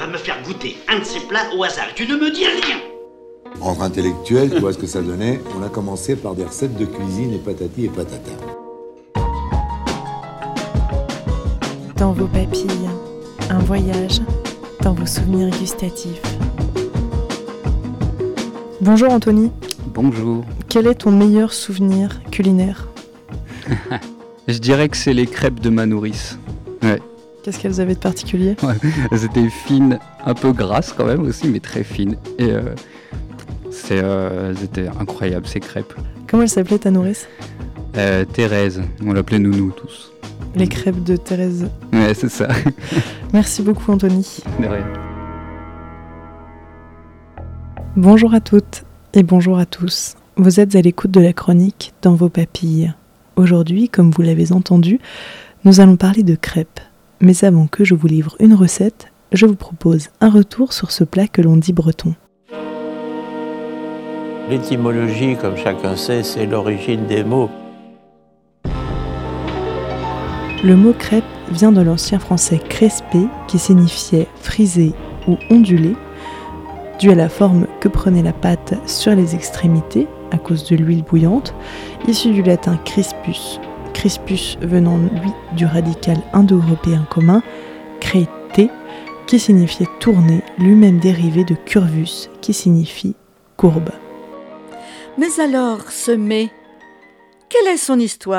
va me faire goûter un de ces plats au hasard. Tu ne me dis rien. Entre intellectuels, tu vois ce que ça donnait. On a commencé par des recettes de cuisine et patati et patata. Dans vos papilles, un voyage dans vos souvenirs gustatifs. Bonjour Anthony. Bonjour. Quel est ton meilleur souvenir culinaire ? Je dirais que c'est les crêpes de ma nourrice. Ouais. Qu'est-ce qu'elles avaient de particulier ? Ouais. Elles étaient fines, un peu grasses quand même aussi, mais très fines. Et elles étaient incroyables ces crêpes. Comment elle s'appelait ta nourrice ? Thérèse, on l'appelait Nounou tous. Les crêpes de Thérèse. Ouais, c'est ça. Merci beaucoup Anthony. De rien. Bonjour à toutes et bonjour à tous. Vous êtes à l'écoute de la chronique Dans vos papilles. Aujourd'hui, comme vous l'avez entendu, nous allons parler de crêpes. Mais avant que je vous livre une recette, je vous propose un retour sur ce plat que l'on dit breton. L'étymologie, comme chacun sait, c'est l'origine des mots. Le mot crêpe vient de l'ancien français crespé, qui signifiait frisé ou ondulé, dû à la forme que prenait la pâte sur les extrémités à cause de l'huile bouillante, issu du latin crispus. Crispus venant, lui, du radical indo-européen commun, crete, qui signifiait tourner, lui-même dérivé de curvus, qui signifie courbe. Mais alors, ce mets, quelle est son histoire ?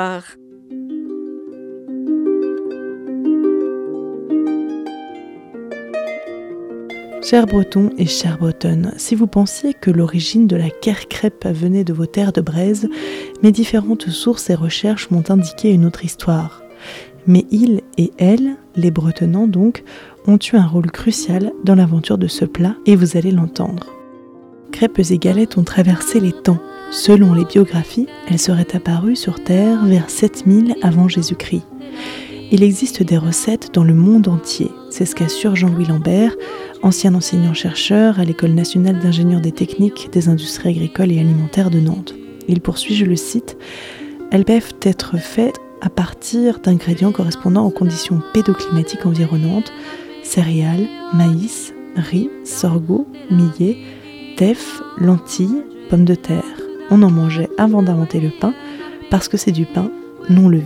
Chers Bretons et chères Bretonnes, si vous pensiez que l'origine de la crêpe venait de vos terres de braise, mes différentes sources et recherches m'ont indiqué une autre histoire. Mais ils et elles, les Bretonnants donc, ont eu un rôle crucial dans l'aventure de ce plat et vous allez l'entendre. Crêpes et galettes ont traversé les temps. Selon les biographies, elles seraient apparues sur Terre vers 7000 avant Jésus-Christ. Il existe des recettes dans le monde entier, c'est ce qu'assure Jean-Louis Lambert, ancien enseignant-chercheur à l'École nationale d'ingénieurs des techniques, des industries agricoles et alimentaires de Nantes. Il poursuit, je le cite, « Elles peuvent être faites à partir d'ingrédients correspondant aux conditions pédoclimatiques environnantes, céréales, maïs, riz, sorgho, millet, teff, lentilles, pommes de terre. On en mangeait avant d'inventer le pain, parce que c'est du pain non levé. »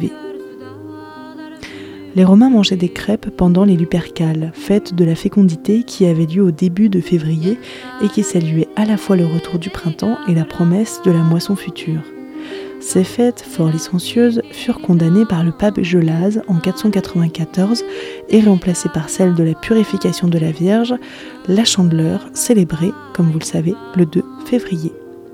Les Romains mangeaient des crêpes pendant les Lupercales, fête de la fécondité qui avait lieu au début de février et qui saluait à la fois le retour du printemps et la promesse de la moisson future. Ces fêtes, fort licencieuses, furent condamnées par le pape Gelase en 494 et remplacées par celle de la purification de la Vierge, la Chandeleur, célébrée, comme vous le savez, le 2 février.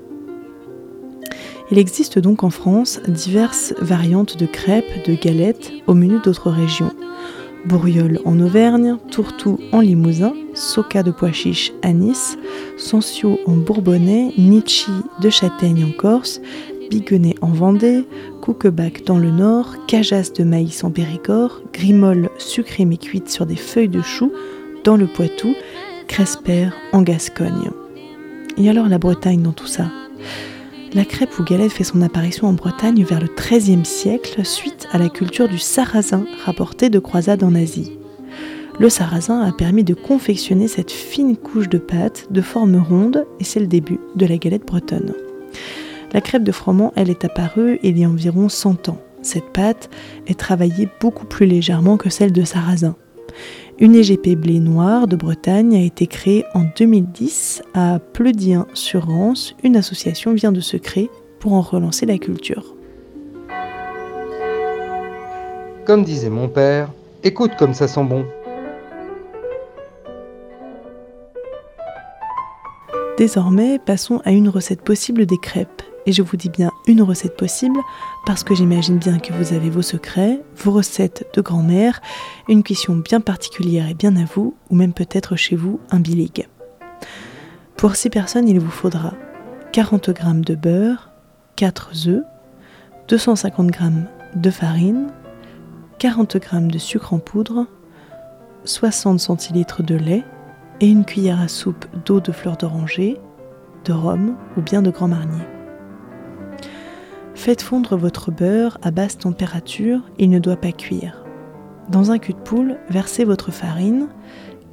Il existe donc en France diverses variantes de crêpes, de galettes au menu d'autres régions. Bourriole en Auvergne, Tourtou en Limousin, Soca de pois chiche à Nice, Sancio en Bourbonnais, Nitchi de Châtaigne en Corse, Biguenet en Vendée, Couquebac dans le Nord, Cajas de maïs en Périgord, Grimolle sucrée mais cuite sur des feuilles de chou dans le Poitou, Crespère en Gascogne. Et alors la Bretagne dans tout ça ? La crêpe ou galette fait son apparition en Bretagne vers le XIIIe siècle suite à la culture du sarrasin rapportée de croisade en Asie. Le sarrasin a permis de confectionner cette fine couche de pâte de forme ronde et c'est le début de la galette bretonne. La crêpe de froment, elle est apparue il y a environ 100 ans. Cette pâte est travaillée beaucoup plus légèrement que celle de sarrasin. Une EGP blé noir de Bretagne a été créée en 2010 à Pleudien-sur-Rance. Une association vient de se créer pour en relancer la culture. Comme disait mon père, écoute comme ça sent bon. Désormais, passons à une recette possible des crêpes. Et je vous dis bien une recette possible parce que j'imagine bien que vous avez vos secrets, vos recettes de grand-mère, une cuisson bien particulière et bien à vous, ou même peut-être chez vous un bilig. Pour 6 personnes, il vous faudra 40 g de beurre, 4 œufs, 250 g de farine, 40 g de sucre en poudre, 60 centilitres de lait et une cuillère à soupe d'eau de fleur d'oranger, de rhum ou bien de Grand Marnier. Faites fondre votre beurre à basse température, il ne doit pas cuire. Dans un cul de poule, versez votre farine,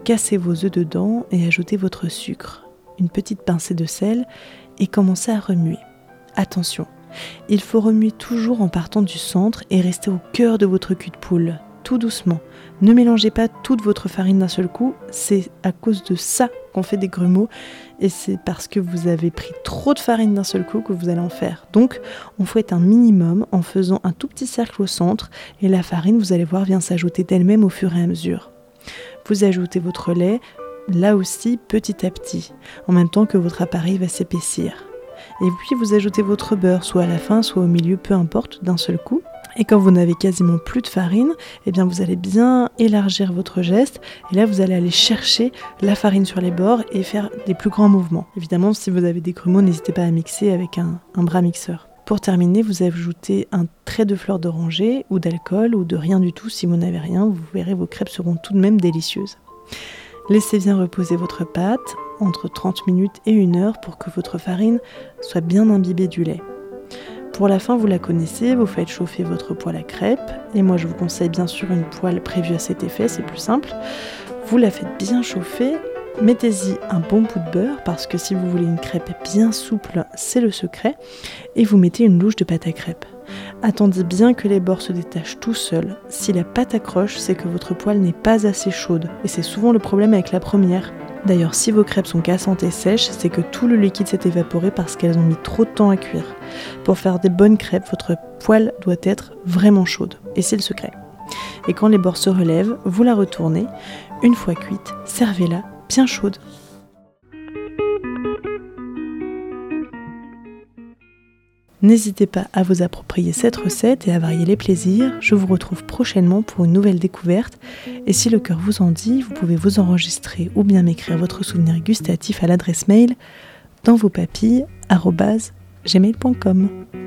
cassez vos œufs dedans et ajoutez votre sucre, une petite pincée de sel et commencez à remuer. Attention, il faut remuer toujours en partant du centre et rester au cœur de votre cul de poule, tout doucement. Ne mélangez pas toute votre farine d'un seul coup, c'est à cause de ça qu'on fait des grumeaux et c'est parce que vous avez pris trop de farine d'un seul coup que vous allez en faire. Donc on fouette un minimum en faisant un tout petit cercle au centre et la farine, vous allez voir, vient s'ajouter d'elle-même au fur et à mesure. Vous ajoutez votre lait, là aussi petit à petit, en même temps que votre appareil va s'épaissir. Et puis vous ajoutez votre beurre, soit à la fin, soit au milieu, peu importe, d'un seul coup. Et quand vous n'avez quasiment plus de farine, eh bien vous allez bien élargir votre geste. Et là, vous allez aller chercher la farine sur les bords et faire des plus grands mouvements. Évidemment, si vous avez des grumeaux, n'hésitez pas à mixer avec un bras mixeur. Pour terminer, vous ajoutez un trait de fleur d'oranger ou d'alcool ou de rien du tout. Si vous n'avez rien, vous verrez, vos crêpes seront tout de même délicieuses. Laissez bien reposer votre pâte entre 30 minutes et 1 heure pour que votre farine soit bien imbibée du lait. Pour la fin, vous la connaissez, vous faites chauffer votre poêle à crêpes. Et moi, je vous conseille bien sûr une poêle prévue à cet effet, c'est plus simple. Vous la faites bien chauffer, mettez-y un bon bout de beurre, parce que si vous voulez une crêpe bien souple, c'est le secret. Et vous mettez une louche de pâte à crêpes. Attendez bien que les bords se détachent tout seuls. Si la pâte accroche, c'est que votre poêle n'est pas assez chaude. Et c'est souvent le problème avec la première. D'ailleurs, si vos crêpes sont cassantes et sèches, c'est que tout le liquide s'est évaporé parce qu'elles ont mis trop de temps à cuire. Pour faire des bonnes crêpes, votre poêle doit être vraiment chaude. Et c'est le secret. Et quand les bords se relèvent, vous la retournez. Une fois cuite, servez-la bien chaude. N'hésitez pas à vous approprier cette recette et à varier les plaisirs. Je vous retrouve prochainement pour une nouvelle découverte. Et si le cœur vous en dit, vous pouvez vous enregistrer ou bien m'écrire votre souvenir gustatif à l'adresse mail dansvospapilles@gmail.com.